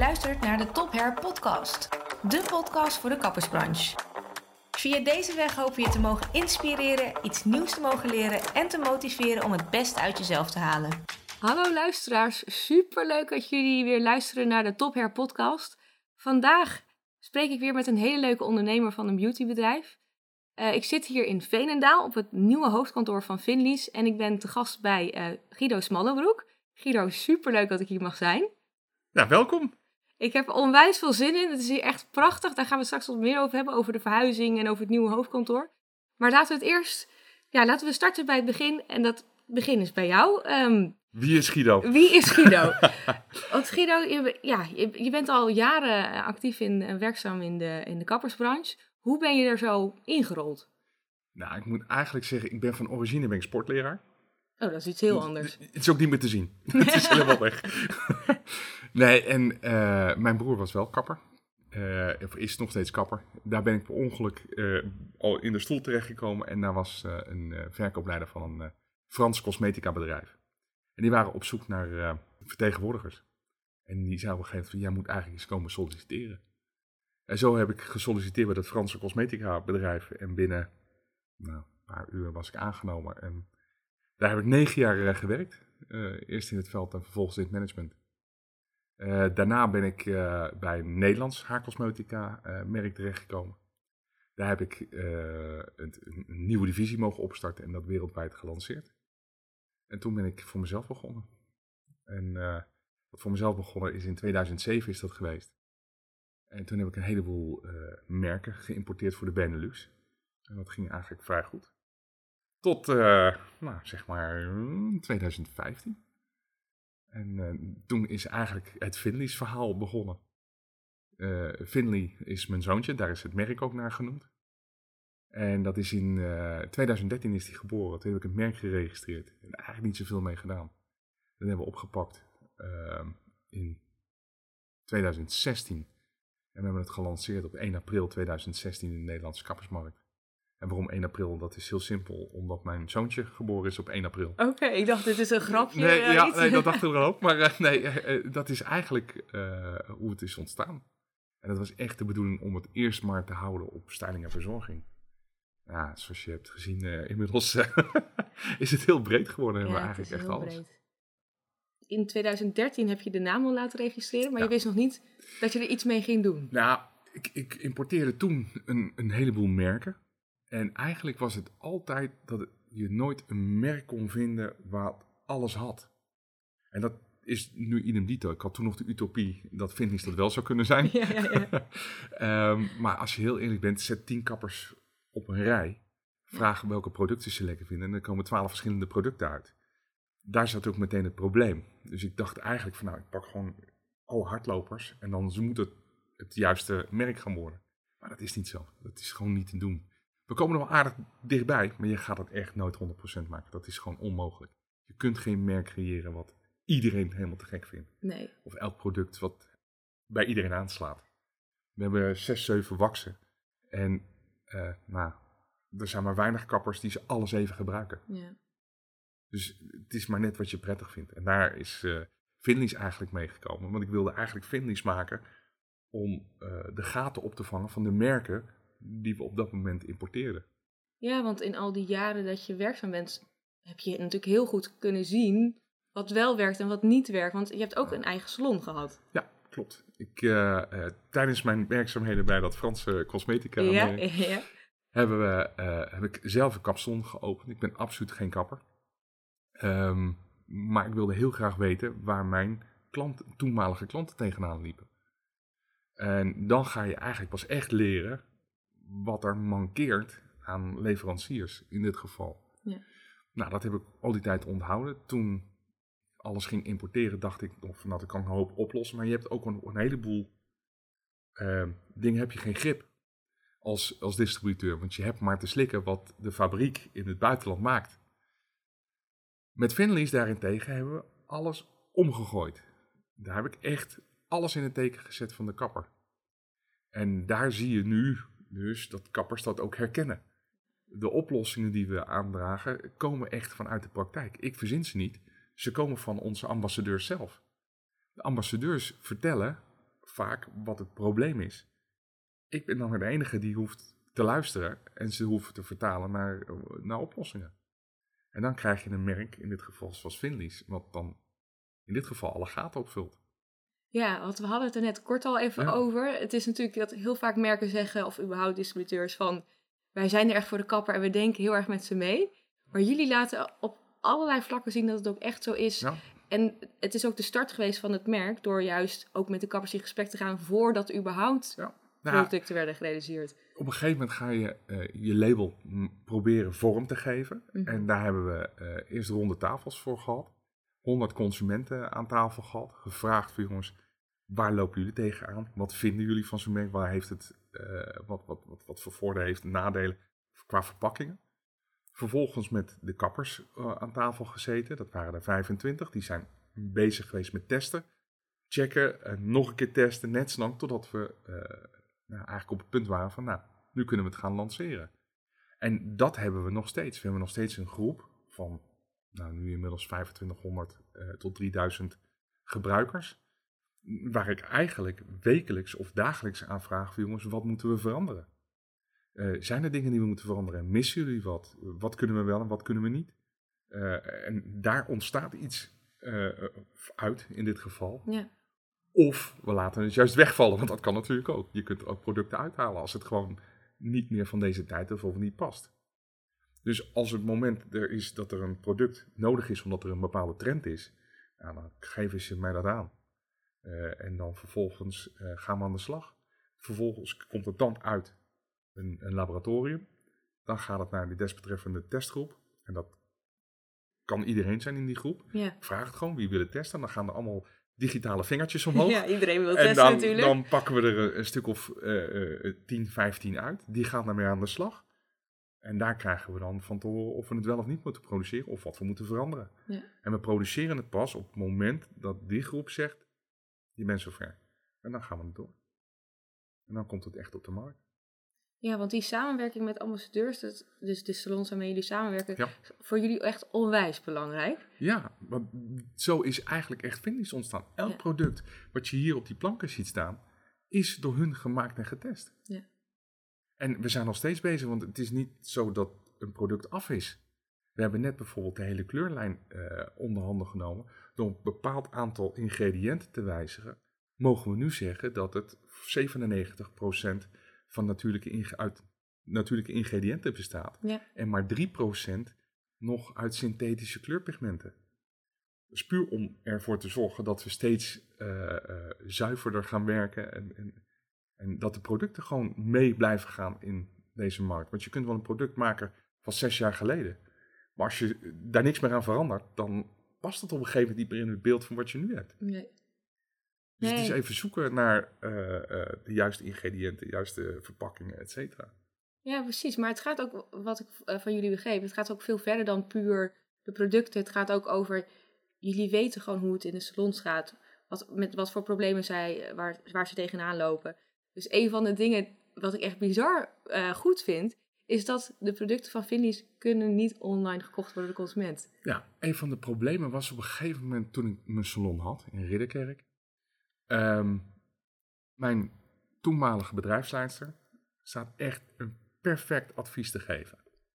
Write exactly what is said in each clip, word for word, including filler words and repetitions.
luistert naar de Top Hair podcast. De podcast voor de kappersbranche. Via deze weg hopen we je te mogen inspireren, iets nieuws te mogen leren en te motiveren om het beste uit jezelf te halen. Hallo luisteraars, superleuk dat jullie weer luisteren naar de Top Hair podcast. Vandaag spreek ik weer met een hele leuke ondernemer van een beautybedrijf. Uh, ik zit hier in Veenendaal op het nieuwe hoofdkantoor van Finlease en ik ben te gast bij uh, Guido Smallebroek. Guido, superleuk dat ik hier mag zijn. Ja, welkom. Ik heb er onwijs veel zin in. Het is hier echt prachtig. Daar gaan we straks wat meer over hebben, over de verhuizing en over het nieuwe hoofdkantoor. Maar laten we het eerst, ja, laten we starten bij het begin. En dat begin is bij jou. Um, Wie is Guido? Wie is Guido? Want Guido, je, ja, je, je bent al jaren actief en uh, werkzaam in de, in de kappersbranche. Hoe ben je er zo ingerold? Nou, ik moet eigenlijk zeggen, ik ben van origine ben ik sportleraar. Oh, dat is iets heel anders. Het is ook niet meer te zien. Het is helemaal weg. Nee, en uh, mijn broer was wel kapper. Uh, of is nog steeds kapper. Daar ben ik per ongeluk uh, al in de stoel terechtgekomen. En daar was uh, een uh, verkoopleider van een uh, Frans cosmetica bedrijf. En die waren op zoek naar uh, vertegenwoordigers. En die zei op een gegeven moment van, jij moet eigenlijk eens komen solliciteren. En zo heb ik gesolliciteerd bij dat Franse cosmetica bedrijf. En binnen nou, een paar uur was ik aangenomen. En daar heb ik negen jaar uh, gewerkt. Uh, eerst in het veld en vervolgens in het management. Uh, daarna ben ik uh, bij een Nederlands haarcosmetica uh, merk terechtgekomen. Daar heb ik uh, een, een nieuwe divisie mogen opstarten en dat wereldwijd gelanceerd. En toen ben ik voor mezelf begonnen. En uh, wat voor mezelf begonnen is in tweeduizend zeven is dat geweest. En toen heb ik een heleboel uh, merken geïmporteerd voor de Benelux. En dat ging eigenlijk vrij goed. Tot, uh, nou, zeg maar, tweeduizend vijftien. En uh, toen is eigenlijk het Finlease verhaal begonnen. Uh, Finley is mijn zoontje, daar is het merk ook naar genoemd. En dat is in uh, tweeduizend dertien is hij geboren. Toen heb ik het merk geregistreerd. En eigenlijk niet zoveel mee gedaan. Dat hebben we opgepakt uh, in tweeduizend zestien. En we hebben het gelanceerd op één april tweeduizend zestien in de Nederlandse kappersmarkt. En waarom één april? Dat is heel simpel, omdat mijn zoontje geboren is op één april. Oké, okay, ik dacht dit is een grapje. Nee, ja, nee dat dachten we wel ook. Maar uh, nee, uh, dat is eigenlijk uh, hoe het is ontstaan. En dat was echt de bedoeling om het eerst maar te houden op styling en verzorging. Ja, zoals je hebt gezien, uh, inmiddels uh, is het heel breed geworden. Ja, we eigenlijk echt alles. Breed. In tweeduizend dertien heb je de naam al laten registreren, maar ja. Je wist nog niet dat je er iets mee ging doen. Nou, ik, ik importeerde toen een, een heleboel merken. En eigenlijk was het altijd dat je nooit een merk kon vinden wat alles had. En dat is nu idem dito. Ik had toen nog de utopie dat Finlease dat wel zou kunnen zijn. Ja, ja, ja. um, maar als je heel eerlijk bent, zet tien kappers op een rij. Vragen welke producten ze lekker vinden. En dan komen twaalf verschillende producten uit. Daar zat ook meteen het probleem. Dus ik dacht eigenlijk van nou, ik pak gewoon alle hardlopers. En dan moet het het juiste merk gaan worden. Maar dat is niet zo. Dat is gewoon niet te doen. We komen er wel aardig dichtbij, maar je gaat het echt nooit honderd procent maken. Dat is gewoon onmogelijk. Je kunt geen merk creëren wat iedereen helemaal te gek vindt. Nee. Of elk product wat bij iedereen aanslaat. We hebben zes, zeven waxen. En uh, nou, er zijn maar weinig kappers die ze alles even gebruiken. Ja. Dus het is maar net wat je prettig vindt. En daar is uh, Finlease eigenlijk meegekomen. Want ik wilde eigenlijk Finlease maken om uh, de gaten op te vangen van de merken die we op dat moment importeerden. Ja, want in al die jaren dat je werkzaam bent, heb je natuurlijk heel goed kunnen zien wat wel werkt en wat niet werkt. Want je hebt ook een eigen salon gehad. Ja, klopt. Ik, uh, uh, tijdens mijn werkzaamheden bij dat Franse cosmetica ja, ja. Hebben we, uh, heb ik zelf een kapsalon geopend. Ik ben absoluut geen kapper. Um, maar ik wilde heel graag weten waar mijn klant, toenmalige klanten tegenaan liepen. En dan ga je eigenlijk pas echt leren wat er mankeert aan leveranciers in dit geval. Ja. Nou, dat heb ik al die tijd onthouden. Toen alles ging importeren, dacht ik, of, nou, dat kan ik een hoop oplossen. Maar je hebt ook een, een heleboel uh, dingen, heb je geen grip als, als distributeur. Want je hebt maar te slikken wat de fabriek in het buitenland maakt. Met Finlease daarentegen hebben we alles omgegooid. Daar heb ik echt alles in het teken gezet van de kapper. En daar zie je nu dus dat kappers dat ook herkennen. De oplossingen die we aandragen komen echt vanuit de praktijk. Ik verzin ze niet. Ze komen van onze ambassadeurs zelf. De ambassadeurs vertellen vaak wat het probleem is. Ik ben dan weer de enige die hoeft te luisteren en ze hoeven te vertalen naar, naar oplossingen. En dan krijg je een merk, in dit geval zoals Findlays, wat dan in dit geval alle gaten opvult. Ja, want we hadden het er net kort al even Ja. over. Het is natuurlijk dat heel vaak merken zeggen, of überhaupt distributeurs, van wij zijn er echt voor de kapper en we denken heel erg met ze mee. Maar jullie laten op allerlei vlakken zien dat het ook echt zo is. Ja. En het is ook de start geweest van het merk, door juist ook met de kappers in gesprek te gaan voordat überhaupt Ja. Nou, producten werden gerealiseerd. op een gegeven moment ga je uh, je label m- proberen vorm te geven. Mhm. En daar hebben we uh, eerst ronde tafels voor gehad. honderd consumenten aan tafel gehad. Gevraagd van jongens, waar lopen jullie tegenaan? Wat vinden jullie van zo'n merk? Waar heeft het, uh, wat, wat, wat, wat voor voordelen heeft het, nadelen qua verpakkingen? Vervolgens met de kappers uh, aan tafel gezeten. Dat waren er vijfentwintig. Die zijn bezig geweest met testen. Checken, uh, nog een keer testen. Net zolang totdat we uh, nou, eigenlijk op het punt waren van, nou, nu kunnen we het gaan lanceren. En dat hebben we nog steeds. We hebben nog steeds een groep van, nou, nu inmiddels vijfentwintighonderd uh, tot drieduizend gebruikers. Waar ik eigenlijk wekelijks of dagelijks aan vraag van, jongens, wat moeten we veranderen? Uh, zijn er dingen die we moeten veranderen? Missen jullie wat? Wat kunnen we wel en wat kunnen we niet? Uh, en daar ontstaat iets uh, uit, in dit geval. Ja. Of we laten het juist wegvallen, want dat kan natuurlijk ook. Je kunt er ook producten uithalen als het gewoon niet meer van deze tijd of niet past. Dus als het moment er is dat er een product nodig is omdat er een bepaalde trend is, nou, dan geven ze mij dat aan. Uh, en dan vervolgens uh, gaan we aan de slag. Vervolgens komt het dan uit een, een laboratorium. Dan gaat het naar de desbetreffende testgroep. En dat kan iedereen zijn in die groep. Ja. Vraag het gewoon, wie wil het testen? Dan gaan er allemaal digitale vingertjes omhoog. Ja, iedereen wil en testen dan, natuurlijk. dan pakken we er een stuk of uh, uh, tien, vijftien uit. Die gaan daarmee aan de slag. En daar krijgen we dan van te horen of we het wel of niet moeten produceren. Of wat we moeten veranderen. Ja. En we produceren het pas op het moment dat die groep zegt, je bent zover. En dan gaan we het door. En dan komt het echt op de markt. Ja, want die samenwerking met ambassadeurs, dat, dus de salons waarmee jullie samenwerken, Ja. is voor jullie echt onwijs belangrijk. Ja, want zo is eigenlijk echt Findlays ontstaan. Elk Ja. product wat je hier op die planken ziet staan, is door hun gemaakt en getest. Ja. En we zijn nog steeds bezig, want het is niet zo dat een product af is. We hebben net bijvoorbeeld de hele kleurlijn uh, onder handen genomen. Door een bepaald aantal ingrediënten te wijzigen, mogen we nu zeggen dat het zevenennegentig procent van natuurlijke, inge- uit natuurlijke ingrediënten bestaat. Ja. En maar drie procent nog uit synthetische kleurpigmenten. Dus puur om ervoor te zorgen dat we steeds uh, uh, zuiverder gaan werken. En, en, en dat de producten gewoon mee blijven gaan in deze markt. Want je kunt wel een product maken van zes jaar geleden. Maar als je daar niks meer aan verandert, dan past het op een gegeven moment niet meer in het beeld van wat je nu hebt. Nee. Dus Nee. het is even zoeken naar uh, uh, de juiste ingrediënten, de juiste verpakkingen, et cetera. Ja, precies. Maar het gaat ook, wat ik uh, van jullie begreep, het gaat ook veel verder dan puur de producten. Het gaat ook over, jullie weten gewoon hoe het in de salons gaat. Wat, met wat voor problemen zij, waar, waar ze tegenaan lopen. Dus een van de dingen wat ik echt bizar uh, goed vind, is dat de producten van Findlays kunnen niet online gekocht worden door de consument. Ja, een van de problemen was op een gegeven moment toen ik mijn salon had in Ridderkerk. Um, mijn toenmalige bedrijfsleidster staat echt een perfect advies te geven.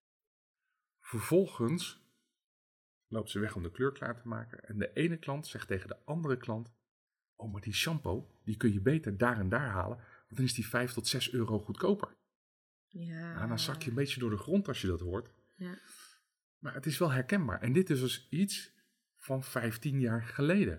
Vervolgens loopt ze weg om de kleur klaar te maken. En de ene klant zegt tegen de andere klant, oh, maar die shampoo, die kun je beter daar en daar halen, want dan is die vijf tot zes euro goedkoper. Ja. Nou, dan zak je een beetje door de grond als je dat hoort. Ja. Maar het is wel herkenbaar. En dit is dus iets van vijftien jaar geleden.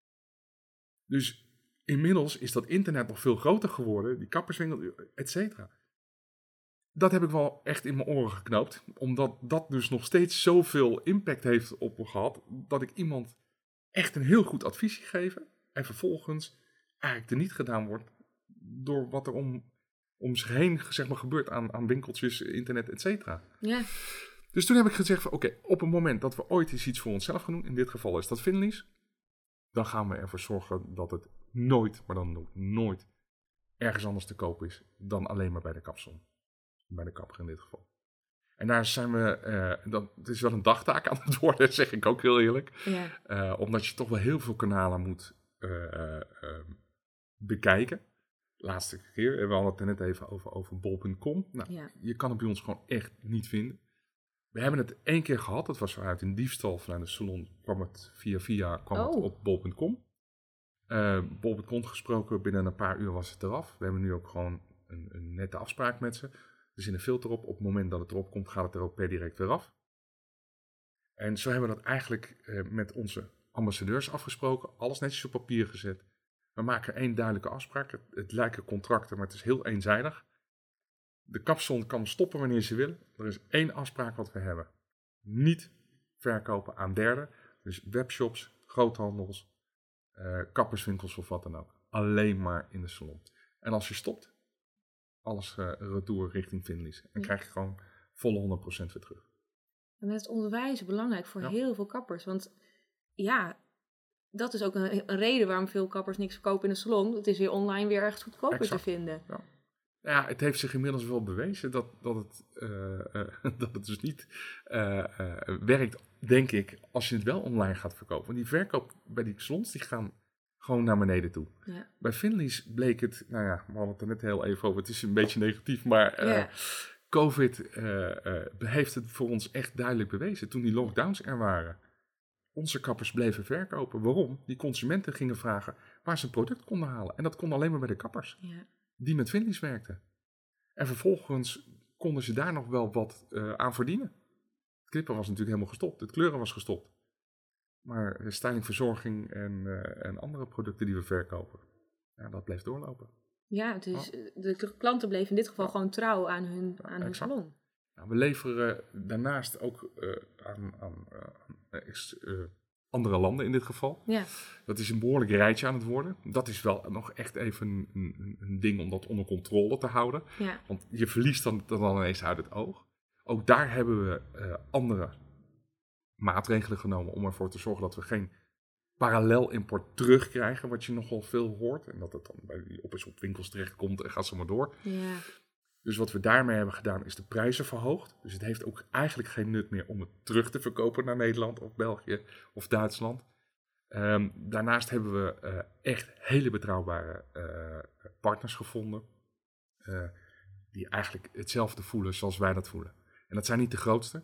Dus inmiddels is dat internet nog veel groter geworden. Die kapperswinkel, et cetera. Dat heb ik wel echt in mijn oren geknoopt. Omdat dat dus nog steeds zoveel impact heeft op me gehad. Dat ik iemand echt een heel goed advies geef. En vervolgens eigenlijk er niet gedaan wordt. Door wat er om, om zich heen zeg maar, gebeurt aan, aan winkeltjes, internet, et cetera. Ja. Dus toen heb ik gezegd van oké, okay, op het moment dat we ooit eens iets voor onszelf gaan doen. In dit geval is dat Findlays. Dan gaan we ervoor zorgen dat het nooit, maar dan ook nooit ergens anders te koop is dan alleen maar bij de kapsalon. Bij de kapper in dit geval. En daar zijn we, uh, dat, het is wel een dagtaak aan het worden, zeg ik ook heel eerlijk. Ja. Uh, omdat je toch wel heel veel kanalen moet uh, uh, bekijken. Laatste keer, we hadden het er net even over, over bol punt com. Nou, Ja. je kan het bij ons gewoon echt niet vinden. We hebben het één keer gehad, dat was vanuit een diefstal vanuit de salon, kwam het via via kwam het Oh. op bol punt com. Uh, bol punt com gesproken, binnen een paar uur was het eraf. We hebben nu ook gewoon een, een nette afspraak met ze. Er zit een filter op, op het moment dat het erop komt gaat het er ook per direct weer af. En zo hebben we dat eigenlijk uh, met onze ambassadeurs afgesproken, alles netjes op papier gezet. We maken één duidelijke afspraak, het, het lijken contracten, maar het is heel eenzijdig. De kapsalon kan stoppen wanneer ze willen. Er is één afspraak wat we hebben. Niet verkopen aan derden. Dus webshops, groothandels, uh, kapperswinkels of wat dan ook. Alleen maar in de salon. En als je stopt, alles uh, retour richting Findlays. En Ja. krijg je gewoon volle honderd procent weer terug. En het onderwijs is belangrijk voor Ja. heel veel kappers. Want ja, dat is ook een, een reden waarom veel kappers niks verkopen in de salon. Het is weer online weer ergens goedkoper Exact. te vinden. Ja. Ja, het heeft zich inmiddels wel bewezen dat, dat, het, uh, uh, dat het dus niet uh, uh, werkt, denk ik, als je het wel online gaat verkopen. Want die verkoop bij die salons, die gaan gewoon naar beneden toe. Ja. Bij Findlays bleek het, nou ja, we hadden het er net heel even over, het is een beetje negatief, maar uh, Ja. COVID uh, uh, heeft het voor ons echt duidelijk bewezen. Toen die lockdowns er waren, onze kappers bleven verkopen. Waarom? Die consumenten gingen vragen waar ze een product konden halen. En dat kon alleen maar bij de kappers. Ja. Die met Findlays werkten. En vervolgens konden ze daar nog wel wat uh, aan verdienen. Het knippen was natuurlijk helemaal gestopt. Het kleuren was gestopt. Maar uh, styling, verzorging en, uh, en andere producten die we verkopen, ja, dat bleef doorlopen. Ja, het is, Oh. de klanten bleven in dit geval Ja. gewoon trouw aan hun, Ja, aan hun exact. salon. Nou, we leveren daarnaast ook uh, aan, aan uh, ex, uh, andere landen in dit geval. Ja. Dat is een behoorlijk rijtje aan het worden. Dat is wel nog echt even een, een, een ding om dat onder controle te houden. Ja. Want je verliest dan, dan ineens uit het oog. Ook daar hebben we uh, andere maatregelen genomen om ervoor te zorgen dat we geen parallel import terugkrijgen, wat je nogal veel hoort. En dat het dan bij die op- en op winkels terechtkomt en gaat zo maar door. Ja. Dus wat we daarmee hebben gedaan is de prijzen verhoogd. Dus het heeft ook eigenlijk geen nut meer om het terug te verkopen naar Nederland of België of Duitsland. Um, daarnaast hebben we uh, echt hele betrouwbare uh, partners gevonden. Uh, die eigenlijk hetzelfde voelen zoals wij dat voelen. En dat zijn niet de grootste,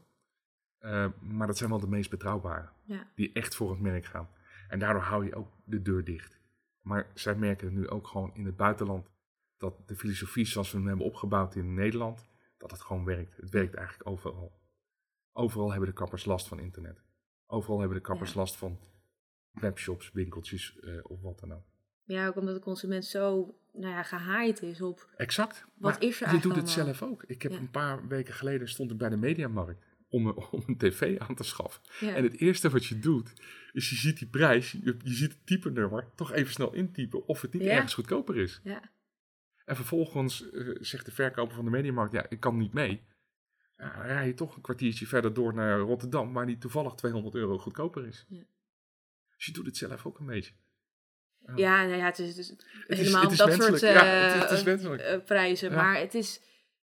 uh, maar dat zijn wel de meest betrouwbare. Ja. Die echt voor het merk gaan. En daardoor hou je ook de deur dicht. Maar zij merken het nu ook gewoon in het buitenland, dat de filosofie zoals we hem hebben opgebouwd in Nederland, dat het gewoon werkt. Het werkt eigenlijk overal. Overal hebben de kappers last van internet. Overal hebben de kappers Ja. last van webshops, winkeltjes uh, of wat dan ook. Ja, ook omdat de consument zo nou ja, gehaaid is op Exact. wat Maar is er je eigenlijk doet het allemaal? zelf ook. Ik heb Ja. een paar weken geleden stond ik bij de Mediamarkt om een, om een tv aan te schaffen. Ja. En het eerste wat je doet, is je ziet die prijs, je, je ziet het typenummer, toch even snel intypen of het niet Ja. ergens goedkoper is. Ja. En vervolgens uh, zegt de verkoper van de Mediamarkt, ja, ik kan niet mee. Ja, dan rij je toch een kwartiertje verder door naar Rotterdam, waar die toevallig tweehonderd euro goedkoper is. Ja. Dus je doet het zelf ook een beetje. Uh, Ja, nou ja, het is, het is is- helemaal het is dat menselijk. soort Ja, uh, het is- het is menselijk. uh, prijzen. Ja. Maar het is,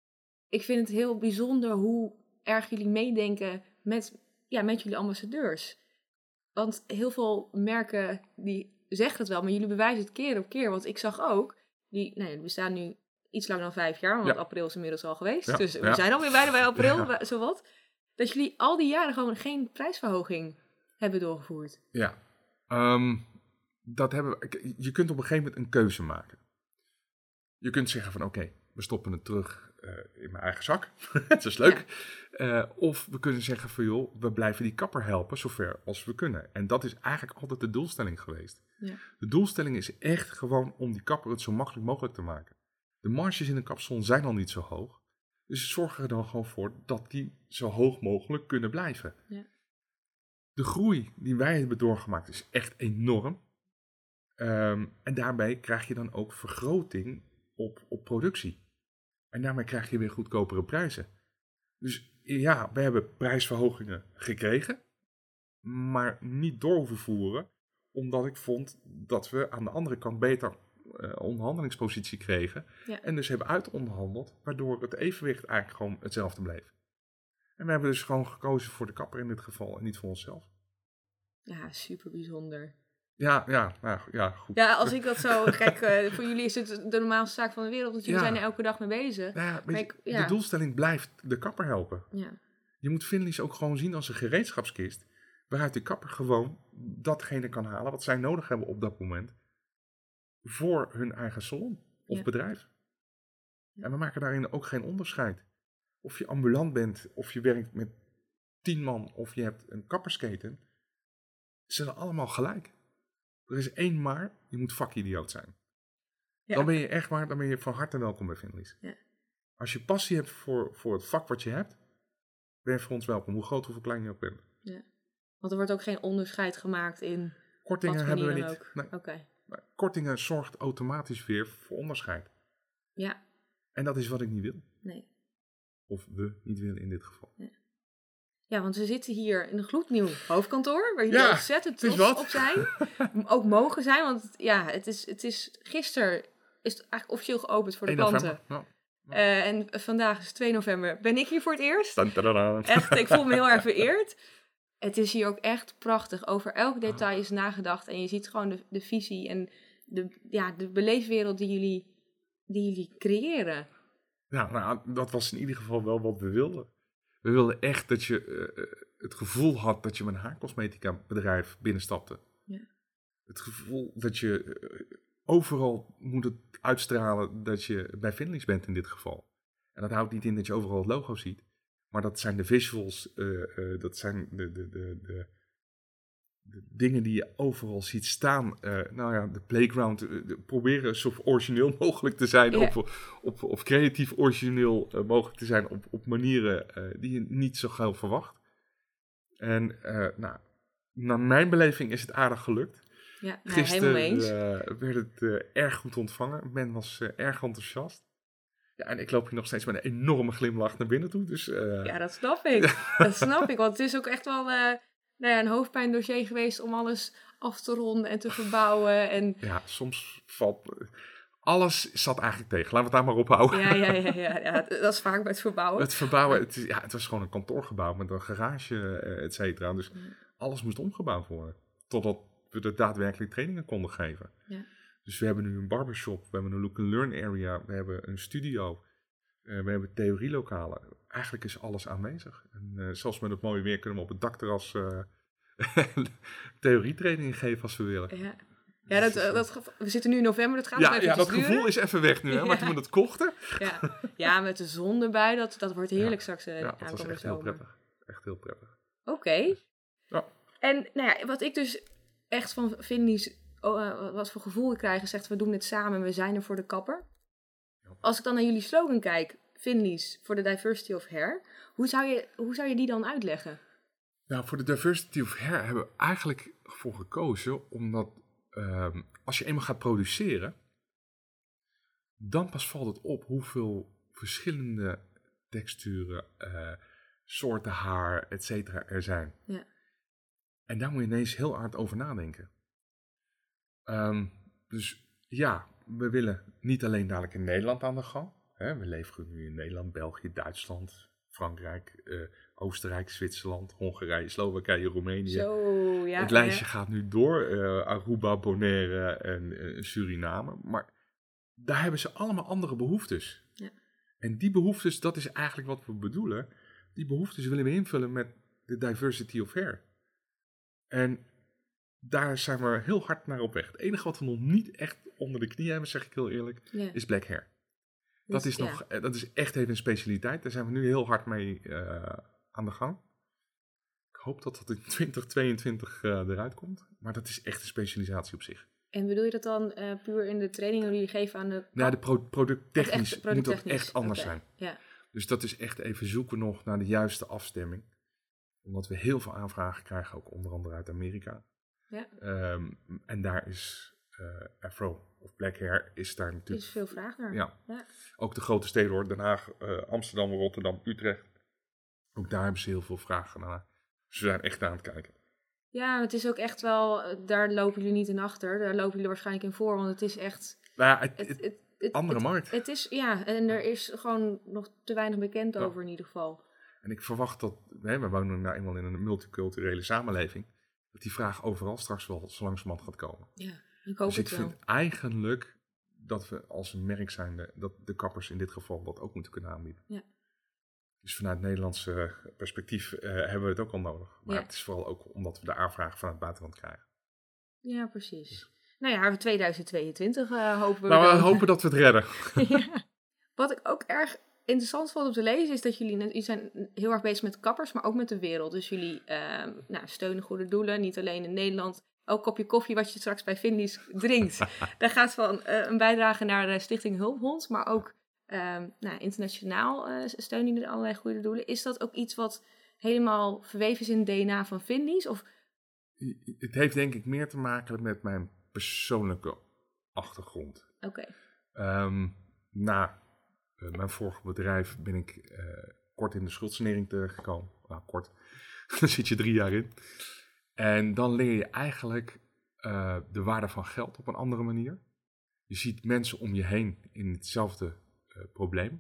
ik vind het heel bijzonder hoe erg jullie meedenken met, ja, met jullie ambassadeurs. Want heel veel merken die zeggen het wel, maar jullie bewijzen het keer op keer. Want ik zag ook, die, nou ja, we staan nu iets langer dan vijf jaar, want Ja. april is inmiddels al geweest. Ja, Dus we ja. zijn alweer bijna bij april, Ja. wa- zowat. Dat jullie al die jaren gewoon geen prijsverhoging hebben doorgevoerd. Ja, um, dat hebben we. Je kunt op een gegeven moment een keuze maken. Je kunt zeggen van oké, okay, we stoppen het terug uh, in mijn eigen zak. Dat is leuk. Ja. Uh, of we kunnen zeggen van joh, we blijven die kapper helpen zover als we kunnen. En dat is eigenlijk altijd de doelstelling geweest. Ja. De doelstelling is echt gewoon om die kapper het zo makkelijk mogelijk te maken. De marges in een kapsalon zijn al niet zo hoog. Dus zorg er dan gewoon voor dat die zo hoog mogelijk kunnen blijven. Ja. De groei die wij hebben doorgemaakt is echt enorm. Um, en daarbij krijg je dan ook vergroting op, op productie. En daarmee krijg je weer goedkopere prijzen. Dus ja, we hebben prijsverhogingen gekregen, maar niet door hoeven voeren, omdat ik vond dat we aan de andere kant beter uh, onderhandelingspositie kregen. Ja. En dus hebben uitonderhandeld, waardoor het evenwicht eigenlijk gewoon hetzelfde bleef. En we hebben dus gewoon gekozen voor de kapper in dit geval en niet voor onszelf. Ja, super bijzonder. Ja, ja, nou, ja, goed. Ja, als ik dat zo... Kijk, uh, voor jullie is het de normaalste zaak van de wereld. Want jullie Ja. zijn er elke dag mee bezig. Nou ja, weet Maar je, ik- ja. De doelstelling blijft de kapper helpen. Ja. Je moet Finleys ook gewoon zien als een gereedschapskist. Waaruit de kapper gewoon datgene kan halen wat zij nodig hebben op dat moment. Voor hun eigen salon of Ja. bedrijf. Ja. En we maken daarin ook geen onderscheid. Of je ambulant bent, of je werkt met tien man, of je hebt een kappersketen. Ze zijn allemaal gelijk. Er is één maar, je moet vakidioot zijn. Ja. Dan ben je echt maar, dan ben je van harte welkom bij Finleys. Ja. Als je passie hebt voor, voor het vak wat je hebt, ben je voor ons welkom, hoe groot, hoeveel klein je ook bent. Want er wordt ook geen onderscheid gemaakt in Kortingen wat hebben we manier dan niet. ook. Nee, Oké. nee. Kortingen zorgt automatisch weer voor onderscheid. Ja, En dat is wat ik niet wil. nee. Of we niet willen in dit geval. Ja, want we zitten hier in een gloednieuw hoofdkantoor, waar jullie Ja, ontzettend het is trots wat. op zijn. ook mogen zijn, want het- ja, het is, het is gisteren is het eigenlijk officieel geopend voor de één klanten. november. Ja. Eh, en vandaag is twee november. Ben ik hier voor het eerst? Dan, dan, dan, dan. Echt, ik voel me heel erg vereerd. Het is hier ook echt prachtig. Over elk detail is nagedacht. En je ziet gewoon de, de visie en de, ja, de beleefwereld die jullie, die jullie creëren. Ja, nou, dat was in ieder geval wel wat we wilden. We wilden echt dat je uh, het gevoel had dat je met een haarcosmetica bedrijf binnenstapte. Ja. Het gevoel dat je uh, overal moet het uitstralen dat je bij Finleys bent in dit geval. En dat houdt niet in dat je overal het logo ziet. Maar dat zijn de visuals, uh, uh, dat zijn de, de, de, de, de dingen die je overal ziet staan. Uh, nou ja, de playground. Uh, de, proberen zo origineel mogelijk te zijn. Ja. Of, of, of creatief origineel uh, mogelijk te zijn op, op manieren uh, die je niet zo gauw verwacht. En uh, nou, naar mijn beleving is het aardig gelukt. Ja, nou, Gisteren helemaal eens. uh, werd het uh, erg goed ontvangen. Men was uh, erg enthousiast. Ja, en ik loop hier nog steeds met een enorme glimlach naar binnen toe. Dus, uh... Ja, dat snap ik. Dat snap ik, want het is ook echt wel uh, nou ja, een hoofdpijndossier geweest om alles af te ronden en te verbouwen. En... Ja, soms valt... Alles zat eigenlijk tegen. Laten we het daar maar op houden. Ja, ja, ja, ja, ja. Dat is vaak bij het verbouwen. Het verbouwen, het, is, ja, het was gewoon een kantoorgebouw met een garage, uh, et cetera. Dus Mm. alles moest omgebouwd worden. Totdat we de daadwerkelijk trainingen konden geven. Ja. Dus we hebben nu een barbershop, we hebben een look and learn area, we hebben een studio, uh, we hebben theorielokalen. Eigenlijk is alles aanwezig. En uh, zelfs met het mooie weer kunnen we op het dakterras uh, theorietrainingen geven als we willen. Ja, ja dat, uh, dat, we zitten nu in november, dat gaat ja, nog even ja, dat duren. gevoel is even weg nu, hè? Ja. Maar toen we het kochten... Ja. Ja, met de zon erbij, dat, dat wordt heerlijk Ja. straks uh, Ja, dat was aankomende echt heel zomer. prettig. Echt heel prettig. Oké. Okay. Ja. En nou ja, wat ik dus echt van Finleys, oh, uh, wat voor gevoel ik krijg, is echt, we doen het samen en we zijn er voor de kapper. Ja. Als ik dan naar jullie slogan kijk, Finleys for the diversity of hair, hoe zou je, hoe zou je die dan uitleggen? Nou, voor de diversity of hair hebben we eigenlijk voor gekozen, omdat um, als je eenmaal gaat produceren, dan pas valt het op hoeveel verschillende texturen, uh, soorten haar, et cetera er zijn. Ja. En daar moet je ineens heel hard over nadenken. Um, dus ja, we willen niet alleen dadelijk in Nederland aan de gang. Hè, we leveren nu in Nederland, België, Duitsland, Frankrijk, uh, Oostenrijk, Zwitserland, Hongarije, Slowakije, Roemenië. Zo, ja, het lijstje ja. gaat nu door. Uh, Aruba, Bonaire en uh, Suriname. Maar daar hebben ze allemaal andere behoeftes. Ja. En die behoeftes, dat is eigenlijk wat we bedoelen. Die behoeftes willen we invullen met de diversity of hair. En daar zijn we heel hard naar op weg. Het enige wat we nog niet echt onder de knie hebben, zeg ik heel eerlijk, Ja. is black hair. Dat, Dus, is nog, ja. dat is echt even een specialiteit. Daar zijn we nu heel hard mee uh, aan de gang. Ik hoop dat dat in twintig tweeëntwintig uh, eruit komt. Maar dat is echt een specialisatie op zich. En bedoel je dat dan uh, puur in de trainingen die jullie geven aan de... Nou, de pro- producttechnisch echt, moet dat echt anders okay. zijn. Ja. Dus dat is echt even zoeken nog naar de juiste afstemming. Omdat we heel veel aanvragen krijgen, ook onder andere uit Amerika. Ja. Um, en daar is uh, afro of black hair is daar natuurlijk... Er is veel vraag naar. Ja. Ja. Ook de grote steden hoor, Den Haag, uh, Amsterdam, Rotterdam, Utrecht. Ook daar hebben ze heel veel vragen naar. Ze zijn echt aan het kijken. Ja, het is ook echt wel, daar lopen jullie niet in achter. Daar lopen jullie waarschijnlijk in voor, want het is echt... Nou ja, het, het, het, het, het, andere het, markt. Het is, ja, en er is gewoon nog te weinig bekend ja. over in ieder geval. En ik verwacht dat, hè, we wonen nou eenmaal in een multiculturele samenleving. dat die vraag overal straks wel zo langzamerhand gaat komen. Ja, ik hoop dus het ik wel. vind eigenlijk dat we als een merk zijnde, dat de kappers in dit geval dat ook moeten kunnen aanbieden. Ja. Dus vanuit het Nederlandse perspectief uh, hebben we het ook al nodig. Maar Ja. het is vooral ook omdat we de aanvragen van het buitenland krijgen. Ja, precies. Nou ja, tweeduizend tweeëntwintig uh, hopen we. Nou, we dan. hopen dat we het redden. Ja. Wat ik ook erg interessant vond om te lezen is dat jullie, jullie zijn heel erg bezig met kappers, maar ook met de wereld. Dus jullie uh, nou, steunen goede doelen, niet alleen in Nederland. Elk kopje koffie wat je straks bij Findley's drinkt, daar gaat van uh, een bijdrage naar de Stichting Hulphond, maar ook uh, nou, internationaal uh, steunen jullie allerlei goede doelen. Is dat ook iets wat helemaal verweven is in het D N A van Findley's? Of... Het heeft denk ik meer te maken met mijn persoonlijke achtergrond. Oké. Okay. Um, na uh, mijn vorige bedrijf ben ik uh, kort in de schuldsanering terechtgekomen. Nou, kort. Dan zit je drie jaar in. En dan leer je eigenlijk uh, de waarde van geld op een andere manier. Je ziet mensen om je heen in hetzelfde uh, probleem.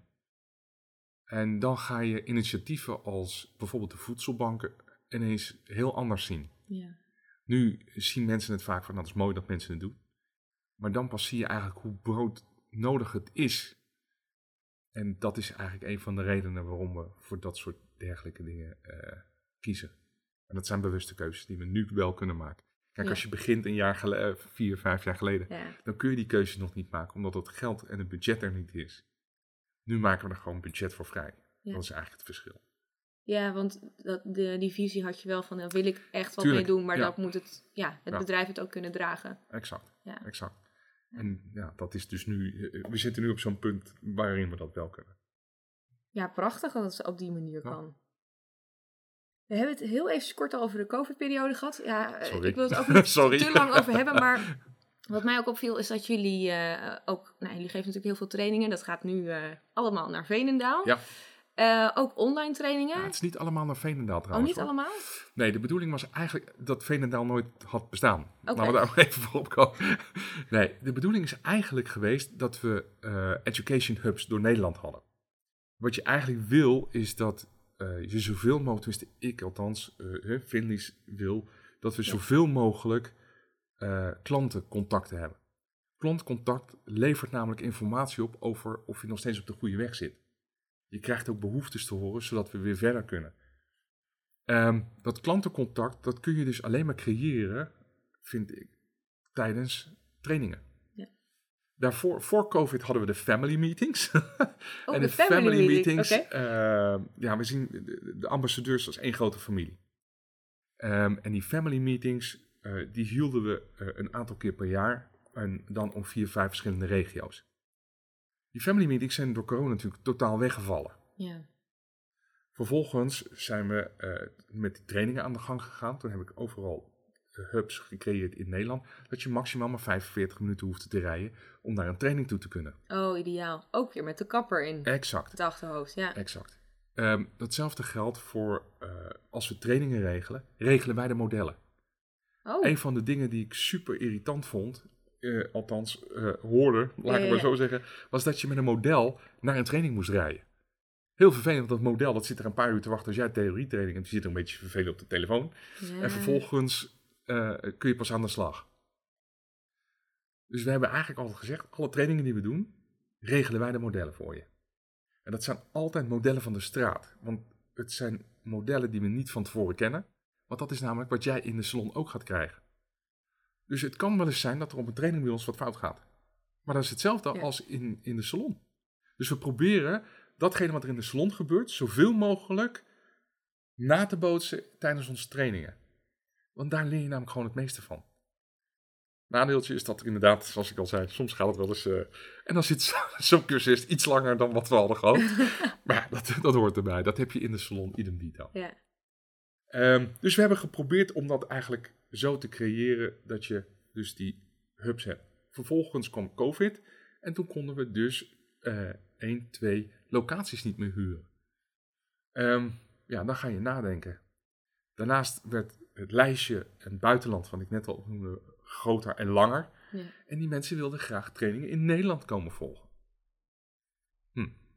En dan ga je initiatieven als bijvoorbeeld de voedselbanken ineens heel anders zien. Ja. Nu zien mensen het vaak van, nou, dat is mooi dat mensen het doen. Maar dan pas zie je eigenlijk hoe broodnodig het is. En dat is eigenlijk een van de redenen waarom we voor dat soort dergelijke dingen uh, kiezen. En dat zijn bewuste keuzes die we nu wel kunnen maken. Kijk, ja. Als je begint een jaar geleden, vier, vijf jaar geleden, ja. dan kun je die keuzes nog niet maken, omdat het geld en het budget er niet is. Nu maken we er gewoon budget voor vrij. Ja. Dat is eigenlijk het verschil. Ja, want dat, de, die visie had je wel van, daar wil ik echt wat Tuurlijk, mee doen, maar ja. dat moet het, ja, het ja. bedrijf het ook kunnen dragen. Exact, ja. exact. En ja, dat is dus nu, we zitten nu op zo'n punt waarin we dat wel kunnen. Ja, prachtig dat het op die manier ja. kan. We hebben het heel even kort al over de COVID-periode gehad. Ja, Sorry. Ik wil het ook niet te lang over hebben, maar wat mij ook opviel is dat jullie uh, ook, nou, jullie geven natuurlijk heel veel trainingen. Dat gaat nu uh, allemaal naar Veenendaal. Ja. Uh, ook online trainingen. Ja, het is niet allemaal naar Veenendaal trouwens. Oh, niet hoor. allemaal? Nee, de bedoeling was eigenlijk dat Veenendaal nooit had bestaan. Okay. Laten we daar nog even voor opkomen. Nee, de bedoeling is eigenlijk geweest dat we uh, education hubs door Nederland hadden. Wat je eigenlijk wil, is dat uh, je zoveel mogelijk, tenminste ik althans, uh, Findley's wil, dat we ja. zoveel mogelijk uh, klantencontacten hebben. Klantcontact levert namelijk informatie op over of je nog steeds op de goede weg zit. Je krijgt ook behoeftes te horen, zodat we weer verder kunnen. Um, dat klantencontact, dat kun je dus alleen maar creëren, vind ik, tijdens trainingen. Ja. Daarvoor, voor COVID hadden we de family meetings. Oh, en de, de family, family meeting. meetings, okay. uh, ja, we zien de, de ambassadeurs als één grote familie. Um, en die family meetings, uh, die hielden we uh, een aantal keer per jaar. En dan om vier, vijf verschillende regio's. Die family meetings zijn door corona natuurlijk totaal weggevallen. Ja. Vervolgens zijn we uh, met die trainingen aan de gang gegaan. Toen heb ik overal uh, hubs gecreëerd in Nederland. Dat je maximaal maar vijfenveertig minuten hoeft te rijden om naar een training toe te kunnen. Oh, ideaal. Ook weer met de kapper in exact. het achterhoofd. Ja. Exact. Um, datzelfde geldt voor uh, als we trainingen regelen, regelen wij de modellen. Oh. Een van de dingen die ik super irritant vond... Uh, althans uh, hoorde, laat ik ja, het maar ja. zo zeggen, was dat je met een model naar een training moest rijden. Heel vervelend, dat model, dat zit er een paar uur te wachten als jij theorietraining hebt, die zit er een beetje vervelend op de telefoon. Ja. En vervolgens uh, kun je pas aan de slag. Dus we hebben eigenlijk altijd gezegd, alle trainingen die we doen, regelen wij de modellen voor je. En dat zijn altijd modellen van de straat, want het zijn modellen die we niet van tevoren kennen, want dat is namelijk wat jij in de salon ook gaat krijgen. Dus het kan wel eens zijn dat er op een training bij ons wat fout gaat. Maar dat is hetzelfde ja. als in, in de salon. Dus we proberen datgene wat er in de salon gebeurt, zoveel mogelijk na te bootsen tijdens onze trainingen. Want daar leer je namelijk gewoon het meeste van. Nadeeltje is dat er inderdaad, zoals ik al zei, soms gaat het wel eens... Uh, en dan zit zo'n cursist iets langer dan wat we hadden gehad. Maar ja, dat, dat hoort erbij. Dat heb je in de salon idem dito. Ja. Um, dus we hebben geprobeerd om dat eigenlijk zo te creëren dat je dus die hubs hebt. Vervolgens kwam COVID en toen konden we dus uh, één, twee locaties niet meer huren. Um, ja, dan ga je nadenken. Daarnaast werd het lijstje en buitenland, wat ik net al noemde, groter en langer. Ja. En die mensen wilden graag trainingen in Nederland komen volgen. Hm.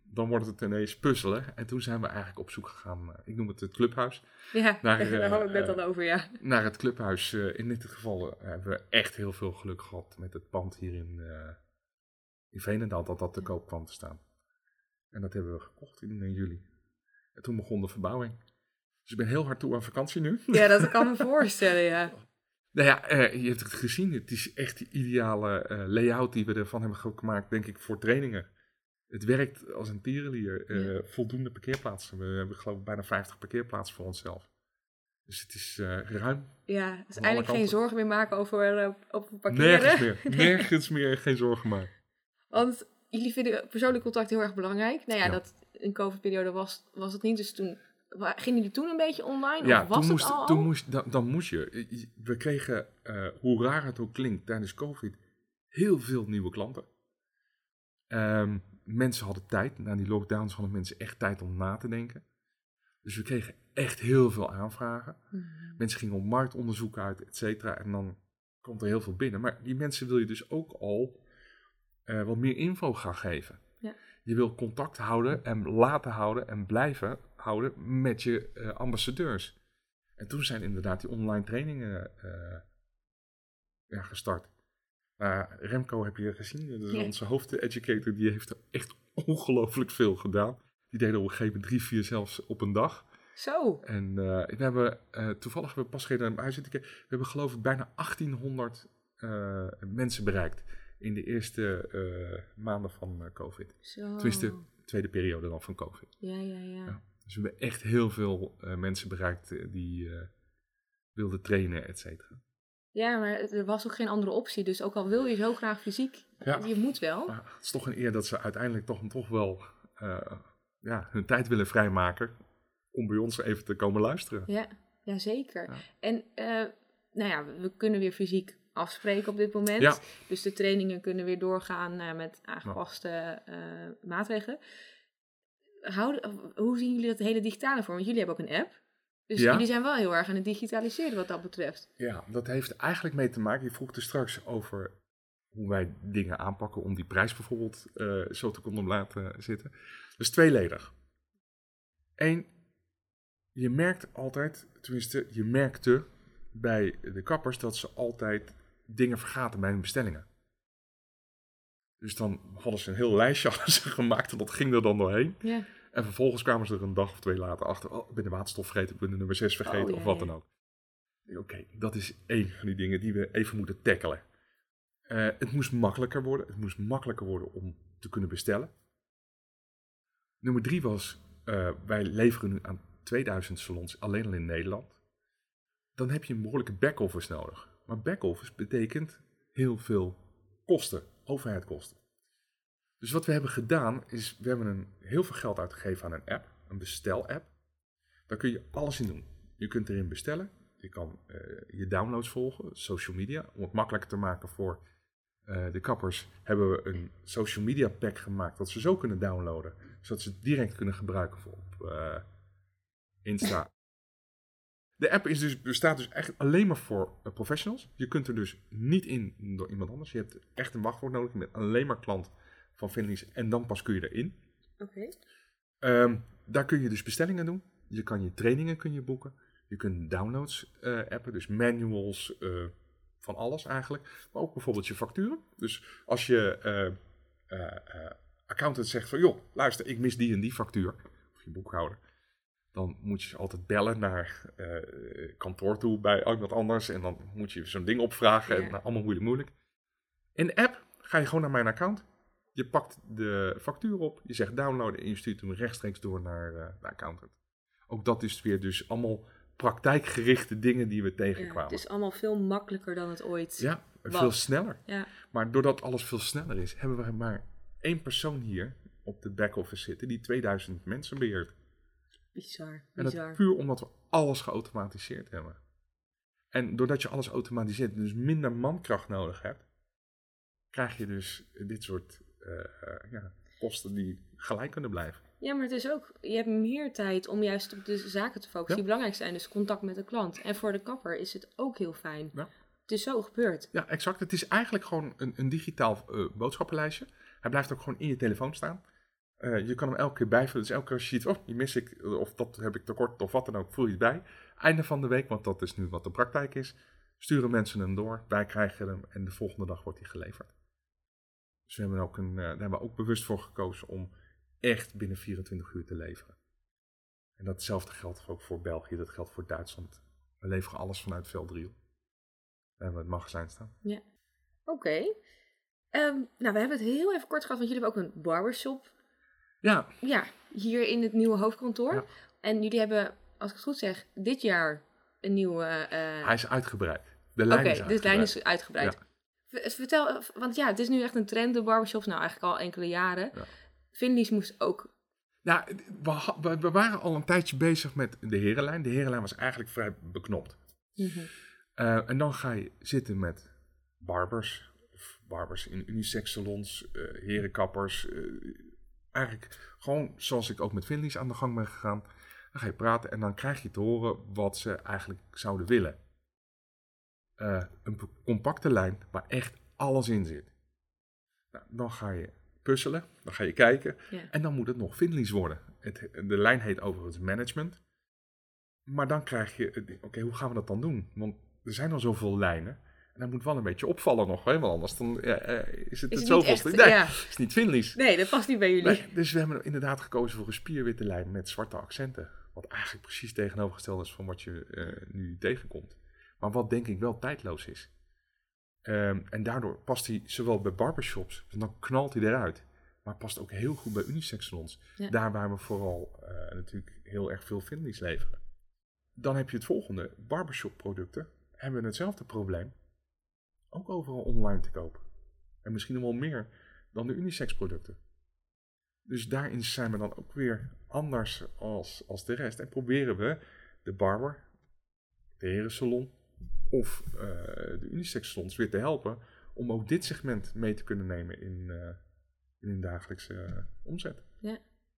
dan wordt het ineens puzzelen. En toen zijn we eigenlijk op zoek gegaan, uh, ik noem het het clubhuis. Ja, naar, daar uh, hadden we het net uh, al over, ja. Naar het clubhuis. Uh, in dit geval uh, hebben we echt heel veel geluk gehad met het pand hier in, uh, in Veenendaal, dat dat te koop kwam te staan. En dat hebben we gekocht in uh, juli. En toen begon de verbouwing. Dus ik ben heel hard toe aan vakantie nu. Ja, dat kan me voorstellen, ja. Nou ja, uh, je hebt het gezien. Het is echt de ideale uh, layout die we ervan hebben gemaakt, denk ik, voor trainingen. Het werkt als een tierenlier. Uh, ja. Voldoende parkeerplaatsen. We hebben geloof ik bijna vijftig parkeerplaatsen voor onszelf. Dus het is uh, ruim. Ja, dus eigenlijk geen zorgen meer maken over, uh, over parkeren. Nergens meer. Nergens meer geen zorgen maken. Want jullie vinden persoonlijk contact heel erg belangrijk. Nou ja, ja. dat in COVID-periode was, was het niet. Dus toen gingen jullie toen een beetje online? Ja, of was toen moest, het al? Toen moest, dan, dan moest je. We kregen, uh, hoe raar het ook klinkt, tijdens COVID heel veel nieuwe klanten. Um, mensen hadden tijd. Na die lockdowns hadden mensen echt tijd om na te denken. Dus we kregen echt heel veel aanvragen. Mm-hmm. Mensen gingen op marktonderzoek uit, et cetera. En dan komt er heel veel binnen. Maar die mensen wil je dus ook al uh, wat meer info gaan geven. Ja. Je wil contact houden en laten houden en blijven houden met je uh, ambassadeurs. En toen zijn inderdaad die online trainingen uh, ja, gestart. Uh, Remco heb je gezien, dat is ja. onze hoofdeducator, die heeft er echt ongelooflijk veel gedaan. Die deden op een gegeven moment drie, vier zelfs op een dag. Zo. En uh, we hebben, uh, toevallig hebben we pas geleden naar hem uitzitten. We hebben geloof ik bijna achttienhonderd uh, mensen bereikt in de eerste uh, maanden van uh, COVID. Zo. Tenminste, de tweede periode dan van COVID. Ja, ja, ja. ja. Dus we hebben echt heel veel uh, mensen bereikt uh, die uh, wilden trainen, et cetera. Ja, maar er was ook geen andere optie. Dus ook al wil je zo graag fysiek, ja. je moet wel. Maar het is toch een eer dat ze uiteindelijk toch, toch wel uh, ja, hun tijd willen vrijmaken om bij ons even te komen luisteren. Ja, ja zeker. Ja. En uh, nou ja, we kunnen weer fysiek afspreken op dit moment. Ja. Dus de trainingen kunnen weer doorgaan uh, met aangepaste uh, maatregelen. Houden, hoe zien jullie dat hele digitale vorm? Want jullie hebben ook een app. Dus ja. jullie zijn wel heel erg aan het digitaliseren wat dat betreft. Ja, dat heeft eigenlijk mee te maken. Je vroeg er straks over hoe wij dingen aanpakken om die prijs bijvoorbeeld uh, zo te kunnen laten zitten. Dus tweeledig. Eén, je merkt altijd, tenminste je merkte bij de kappers dat ze altijd dingen vergaten bij hun bestellingen. Dus dan hadden ze een heel lijstje gemaakt en dat ging er dan doorheen. Ja. En vervolgens kwamen ze er een dag of twee later achter. Oh, ik ben de waterstof vergeten, ik ben de nummer zes vergeten, oh, ja, of wat dan ook. Oké, okay, dat is één van die dingen die we even moeten tackelen. Uh, het moest makkelijker worden. Het moest makkelijker worden om te kunnen bestellen. Nummer drie was, uh, wij leveren nu aan tweeduizend salons alleen al in Nederland. Dan heb je een behoorlijke back-office nodig. Maar back-office betekent heel veel kosten, overheidkosten. Dus wat we hebben gedaan is, we hebben een, heel veel geld uitgegeven aan een app, een bestel-app. Daar kun je alles in doen. Je kunt erin bestellen, je kan uh, je downloads volgen, social media. Om het makkelijker te maken voor uh, de kappers hebben we een social media pack gemaakt dat ze zo kunnen downloaden. Zodat ze het direct kunnen gebruiken voor op uh, Insta. De app is dus, bestaat dus echt alleen maar voor uh, professionals. Je kunt er dus niet in door iemand anders. Je hebt echt een wachtwoord nodig. Je bent alleen maar klant van Findings en dan pas kun je erin. Oké. Okay. Um, daar kun je dus bestellingen doen. Je kan je trainingen kun je boeken. Je kunt downloads uh, appen, dus manuals uh, van alles eigenlijk. Maar ook bijvoorbeeld je facturen. Dus als je uh, uh, uh, accountant zegt van joh, luister, ik mis die en die factuur. Of je boekhouder. Dan moet je altijd bellen naar uh, kantoor toe bij iemand anders. En dan moet je zo'n ding opvragen. Ja. En nou, allemaal moeilijk moeilijk. In de app ga je gewoon naar mijn account. Je pakt de factuur op, je zegt downloaden en je stuurt hem rechtstreeks door naar uh, de accountant. Ook dat is weer dus allemaal praktijkgerichte dingen die we tegenkwamen. Ja, het is allemaal veel makkelijker dan het ooit Ja, was. Veel sneller. Ja. Maar doordat alles veel sneller is, hebben we maar één persoon hier op de back-office zitten die tweeduizend mensen beheert. Bizar, En bizar. dat puur omdat we alles geautomatiseerd hebben. En doordat je alles automatiseert, dus minder mankracht nodig hebt, krijg je dus dit soort uh, uh, ja, kosten die gelijk kunnen blijven. Ja, maar het is ook, je hebt meer tijd om juist op de zaken te focussen ja. die belangrijk zijn. Dus contact met de klant. En voor de kapper is het ook heel fijn. Ja. Het is zo gebeurd. Ja, exact. Het is eigenlijk gewoon een, een digitaal uh, boodschappenlijstje. Hij blijft ook gewoon in je telefoon staan. Uh, je kan hem elke keer bijvullen. Dus elke keer als je ziet, oh, die mis ik, of dat heb ik tekort, of wat dan ook, voel je het bij. Einde van de week, want dat is nu wat de praktijk is, sturen mensen hem door, wij krijgen hem en de volgende dag wordt hij geleverd. Dus we hebben ook een, uh, daar hebben we ook bewust voor gekozen om echt binnen vierentwintig uur te leveren. En datzelfde geldt ook voor België, dat geldt voor Duitsland. We leveren alles vanuit Velddriel. Daar hebben we het magazijn staan. Ja, oké. Okay. Um, nou, we hebben het heel even kort gehad, want jullie hebben ook een barbershop. Ja. Ja, hier in het nieuwe hoofdkantoor. Ja. En jullie hebben, als ik het goed zeg, dit jaar een nieuwe... Uh... Hij is uitgebreid. De lijn okay, is uitgebreid. Oké, de lijn is uitgebreid. Ja. Vertel, want ja, het is nu echt een trend, de barbershops. Nou, eigenlijk al enkele jaren. Ja. Findlays moest ook... Nou, we, we waren al een tijdje bezig met de herenlijn. De herenlijn was eigenlijk vrij beknopt. Mm-hmm. Uh, en dan ga je zitten met barbers... Barbers in unisex salons, uh, herenkappers. Uh, eigenlijk gewoon zoals ik ook met Findlays aan de gang ben gegaan. Dan ga je praten en dan krijg je te horen wat ze eigenlijk zouden willen. Uh, een compacte lijn waar echt alles in zit. Nou, dan ga je puzzelen, dan ga je kijken. Ja. En dan moet het nog Findlays worden. Het, de lijn heet overigens management. Maar dan krijg je, oké, okay, hoe gaan we dat dan doen? Want er zijn al zoveel lijnen. En dat moet wel een beetje opvallen nog, hè? Want anders dan, ja, is het is het zoveelste. Nee, ja. Het is niet Findlays. Nee, dat past niet bij jullie. Nee, dus we hebben inderdaad gekozen voor een spierwitte lijn met zwarte accenten. Wat eigenlijk precies tegenovergesteld is van wat je uh, nu tegenkomt. Maar wat denk ik wel tijdloos is. Um, en daardoor past hij zowel bij barbershops, dus dan knalt hij eruit. Maar past ook heel goed bij unisex salons. Ja. Daar waar we vooral uh, natuurlijk heel erg veel Findlays leveren. Dan heb je het volgende. Barbershop producten hebben hetzelfde probleem. Ook overal online te kopen. En misschien nog wel meer dan de unisex producten. Dus daarin zijn we dan ook weer anders als, als de rest. En proberen we de barber, de herensalon of uh, de unisex salons weer te helpen. Om ook dit segment mee te kunnen nemen in, uh, in hun dagelijkse uh, omzet. Ja.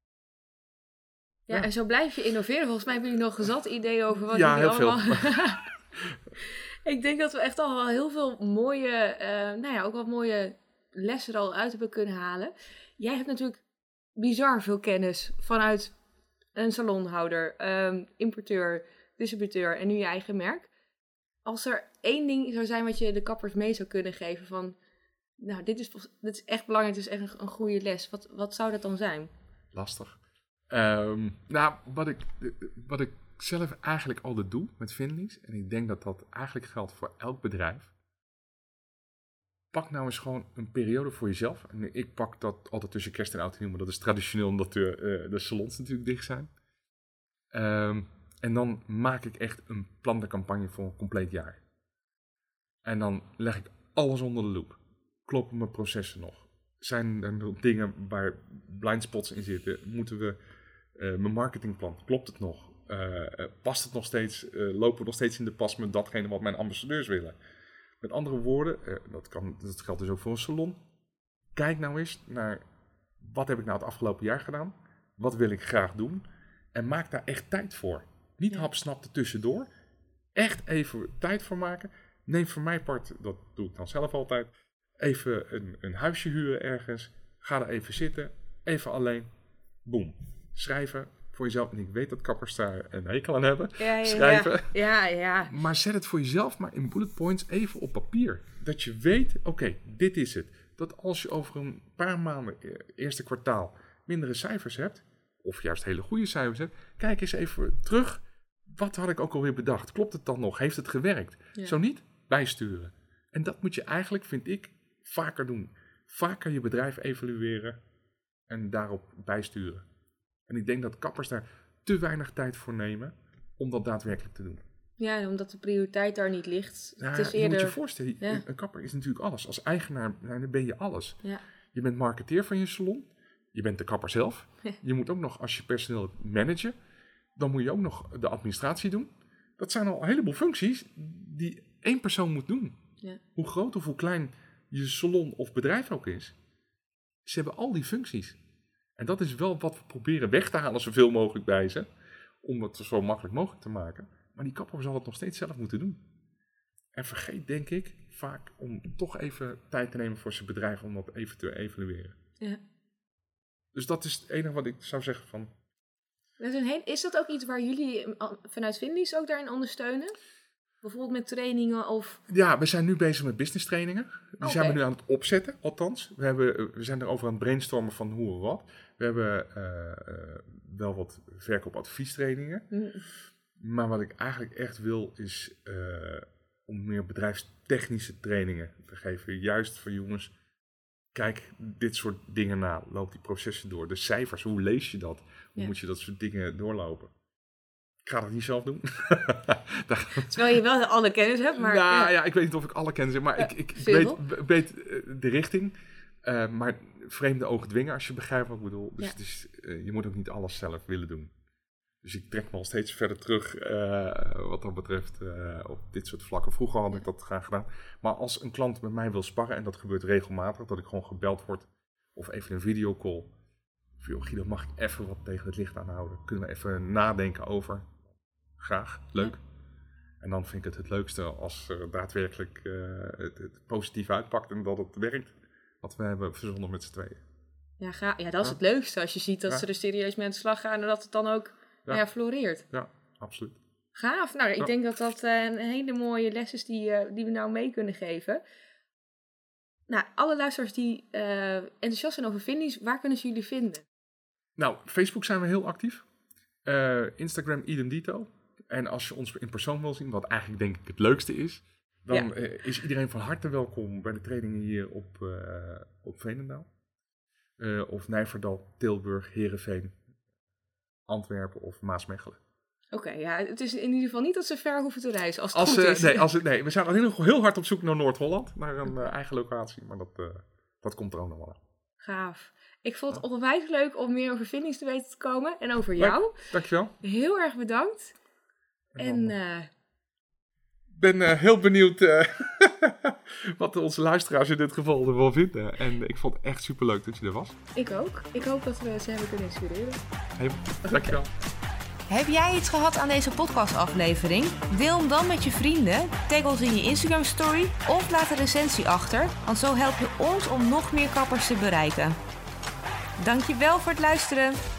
Ja, ja, en zo blijf je innoveren. Volgens mij hebben jullie nog gezat ideeën over wat ja, jullie heel allemaal... veel. Ik denk dat we echt al wel heel veel mooie, uh, nou ja, ook wat mooie lessen er al uit hebben kunnen halen. Jij hebt natuurlijk bizar veel kennis vanuit een salonhouder, um, importeur, distributeur en nu je eigen merk. Als er één ding zou zijn wat je de kappers mee zou kunnen geven van, nou, dit is, dit is echt belangrijk, dit is echt een, een goede les. Wat, wat zou dat dan zijn? Lastig. Um, nou, wat ik, wat ik zelf eigenlijk altijd doe met Findlays, en ik denk dat dat eigenlijk geldt voor elk bedrijf. Pak nou eens gewoon een periode voor jezelf. En ik pak dat altijd tussen kerst en oud en nieuw, maar dat is traditioneel omdat de, uh, de salons natuurlijk dicht zijn. Um, en dan maak ik echt een plan de campagne voor een compleet jaar. En dan leg ik alles onder de loep. Kloppen mijn processen nog? Zijn er nog dingen waar blindspots in zitten? Moeten we uh, mijn marketingplan, klopt het nog? Uh, uh, past het nog steeds? Uh, lopen we nog steeds in de pas met datgene wat mijn ambassadeurs willen? Met andere woorden, uh, dat, kan, dat geldt dus ook voor een salon. Kijk nou eens naar wat heb ik nou het afgelopen jaar gedaan? Wat wil ik graag doen? En maak daar echt tijd voor. Niet ja. hapsnap er tussendoor. Echt even tijd voor maken. Neem voor mijn part, dat doe ik dan zelf altijd, even een, een huisje huren ergens. Ga er even zitten. Even alleen. Boom. Schrijven voor jezelf. En ik weet dat kappers daar een hekel aan hebben. Ja, ja, Schrijven. Ja, ja. Maar zet het voor jezelf maar in bullet points even op papier. Dat je weet, oké, okay, dit is het. Dat als je over een paar maanden, eerste kwartaal, mindere cijfers hebt, of juist hele goede cijfers hebt, kijk eens even terug. Wat had ik ook alweer bedacht? Klopt het dan nog? Heeft het gewerkt? Ja. Zo niet? Bijsturen. En dat moet je eigenlijk, vind ik, vaker doen. Vaker je bedrijf evalueren en daarop bijsturen. En ik denk dat kappers daar te weinig tijd voor nemen om dat daadwerkelijk te doen. Ja, omdat de prioriteit daar niet ligt. Ja, het is je eerder... moet je voorstellen, ja. een kapper is natuurlijk alles. Als eigenaar dan ben je alles. Ja. Je bent marketeer van je salon. Je bent de kapper zelf. Ja. Je moet ook nog, als je personeel managen, dan moet je ook nog de administratie doen. Dat zijn al een heleboel functies die één persoon moet doen. Ja. Hoe groot of hoe klein je salon of bedrijf ook is. Ze hebben al die functies. En dat is wel wat we proberen weg te halen zoveel mogelijk bij ze. Om het zo makkelijk mogelijk te maken. Maar die kapper zal het nog steeds zelf moeten doen. En vergeet, denk ik, vaak om toch even tijd te nemen voor zijn bedrijf om dat even te evalueren. Ja. Dus dat is het enige wat ik zou zeggen van... Dat is, een heel, is dat ook iets waar jullie vanuit Finlies ook daarin ondersteunen? Bijvoorbeeld met trainingen of... Ja, we zijn nu bezig met business trainingen. Die Okay. zijn we nu aan het opzetten, althans. We, hebben, we zijn erover aan het brainstormen van hoe en wat. We hebben uh, uh, wel wat verkoopadviestrainingen. Mm. Maar wat ik eigenlijk echt wil is uh, om meer bedrijfstechnische trainingen te geven. Juist voor jongens, kijk dit soort dingen na. Loop die processen door. De cijfers, hoe lees je dat? Hoe Ja. moet je dat soort dingen doorlopen? Ik ga dat niet zelf doen. Terwijl je wel alle kennis hebt, maar... Nou ja. ja, ik weet niet of ik alle kennis heb, maar Ja, ik, ik veel. weet, weet uh, de richting. Uh, maar vreemde ogen dwingen, als je begrijpt wat ik bedoel. Dus Ja. het is, uh, je moet ook niet alles zelf willen doen. Dus ik trek me al steeds verder terug uh, wat dat betreft uh, op dit soort vlakken. Vroeger had ik dat graag gedaan. Maar als een klant met mij wil sparren, en dat gebeurt regelmatig, dat ik gewoon gebeld word of even een videocall. Of joh, Guido, mag ik even wat tegen het licht aanhouden? Kunnen we even nadenken over? Graag, leuk. Ja. En dan vind ik het het leukste als er daadwerkelijk uh, het, het positief uitpakt en dat het werkt. Wat we hebben verzonnen met z'n tweeën. Ja, ga, ja, dat is Ja. het leukste. Als je ziet dat Ja. ze er serieus mee aan de slag gaan en dat het dan ook ja. Nou ja, floreert. Ja, absoluut. Gaaf. Nou, ik Ja. denk dat dat uh, een hele mooie les is die, uh, die we nou mee kunnen geven. Nou, alle luisteraars die uh, enthousiast zijn over Finlies, waar kunnen ze jullie vinden? Nou, Facebook zijn we heel actief. Uh, Instagram idem dito. En als je ons in persoon wil zien, wat eigenlijk denk ik het leukste is, dan Ja. uh, is iedereen van harte welkom bij de trainingen hier op, uh, op Veenendaal. Uh, of Nijverdal, Tilburg, Heerenveen, Antwerpen of Maasmechelen. Oké, okay, ja, het is in ieder geval niet dat ze ver hoeven te reizen, als het Als, goed uh, is. nee, als, nee, we zijn al heel, heel hard op zoek naar Noord-Holland, naar een uh, eigen locatie, maar dat, uh, dat komt er ook nog wel aan. Gaaf. Ik vond het onwijs leuk om meer over Finlies te weten te komen en over jou. Leuk, dankjewel. Heel erg bedankt. En... Ik uh, ben uh, heel benieuwd uh, wat onze luisteraars in dit geval ervan vinden. En ik vond het echt superleuk dat je er was. Ik ook. Ik hoop dat we ze hebben kunnen inspireren. Hey, dankjewel. Heb jij iets gehad aan deze podcastaflevering? Deel hem dan met je vrienden, tag ons in je Instagram story of laat een recensie achter, want zo help je ons om nog meer kappers te bereiken. Dankjewel voor het luisteren.